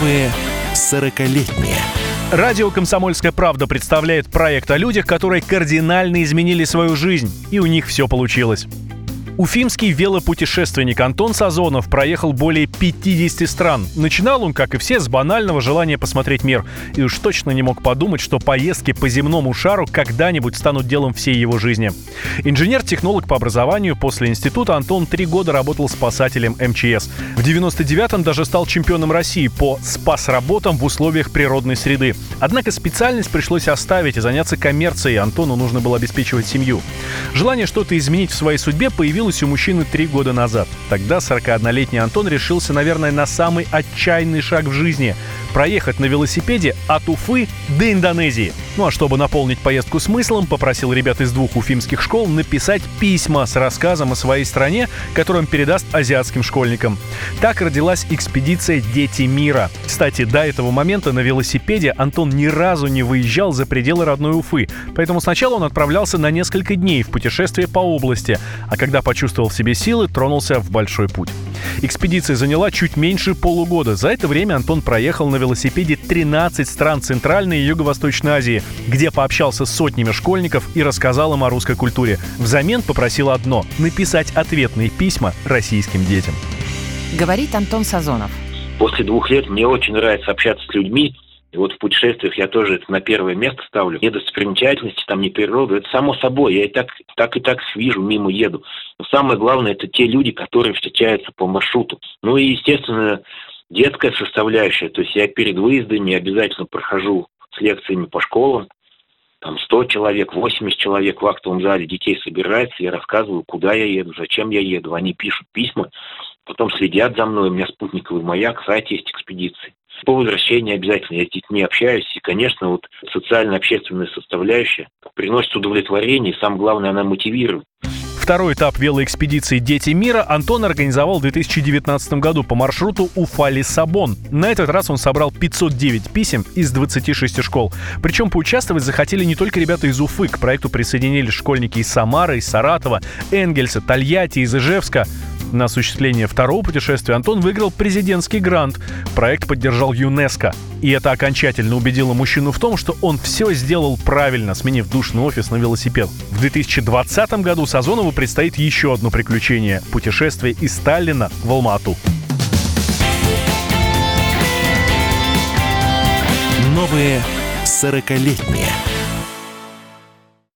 Новые 40-летние. Радио «Комсомольская правда» представляет проект о людях, которые кардинально изменили свою жизнь, и у них все получилось. Уфимский велопутешественник Антон Сазонов проехал более 50 стран. Начинал он, как и все, с банального желания посмотреть мир. И уж точно не мог подумать, что поездки по земному шару когда-нибудь станут делом всей его жизни. Инженер-технолог по образованию, после института Антон 3 года работал спасателем МЧС. В 99-м даже стал чемпионом России по спас-работам в условиях природной среды. Однако специальность пришлось оставить и заняться коммерцией. Антону нужно было обеспечивать семью. Желание что-то изменить в своей судьбе появилось у мужчины 3 года назад. Тогда 41-летний Антон решился, наверное, на самый отчаянный шаг в жизни – проехать на велосипеде от Уфы до Индонезии. Ну а чтобы наполнить поездку смыслом, попросил ребят из 2 уфимских школ написать письма с рассказом о своей стране, которую он передаст азиатским школьникам. Так родилась экспедиция «Дети мира». Кстати, до этого момента на велосипеде Антон ни разу не выезжал за пределы родной Уфы, поэтому сначала он отправлялся на несколько дней в путешествие по области, а когда почувствовал в себе силы, тронулся в большой путь. Экспедиция заняла чуть меньше полугода. За это время Антон проехал на велосипеде 13 стран Центральной и Юго-Восточной Азии, где пообщался с сотнями школьников и рассказал им о русской культуре. Взамен попросил одно – написать ответные письма российским детям. Говорит Антон Сазонов. После 2 лет мне очень нравится общаться с людьми. И вот в путешествиях я тоже это на первое место ставлю. Не достопримечательности, там не природу. Это само собой. Я и так вижу, мимо еду. Но самое главное, это те люди, которые встречаются по маршруту. Ну и, естественно, детская составляющая. То есть я перед выездами обязательно прохожу с лекциями по школам. Там 100 человек, 80 человек в актовом зале детей собирается. Я рассказываю, куда я еду, зачем я еду. Они пишут письма, потом следят за мной. У меня спутниковый маяк, сайт есть экспедиции. По возвращении обязательно я с детьми общаюсь. И, конечно, вот социально-общественная составляющая приносит удовлетворение. И самое главное, она мотивирует. Второй этап велоэкспедиции «Дети мира» Антон организовал в 2019 году по маршруту Уфа-Лиссабон. На этот раз он собрал 509 писем из 26 школ. Причем поучаствовать захотели не только ребята из Уфы. К проекту присоединились школьники из Самары, из Саратова, Энгельса, Тольятти, из Ижевска. На осуществление второго путешествия Антон выиграл президентский грант. Проект поддержал ЮНЕСКО. И это окончательно убедило мужчину в том, что он все сделал правильно, сменив душный офис на велосипед. В 2020 году Сазонову предстоит еще одно приключение – путешествие из Таллина в Алма-Ату. Новые 40-летние.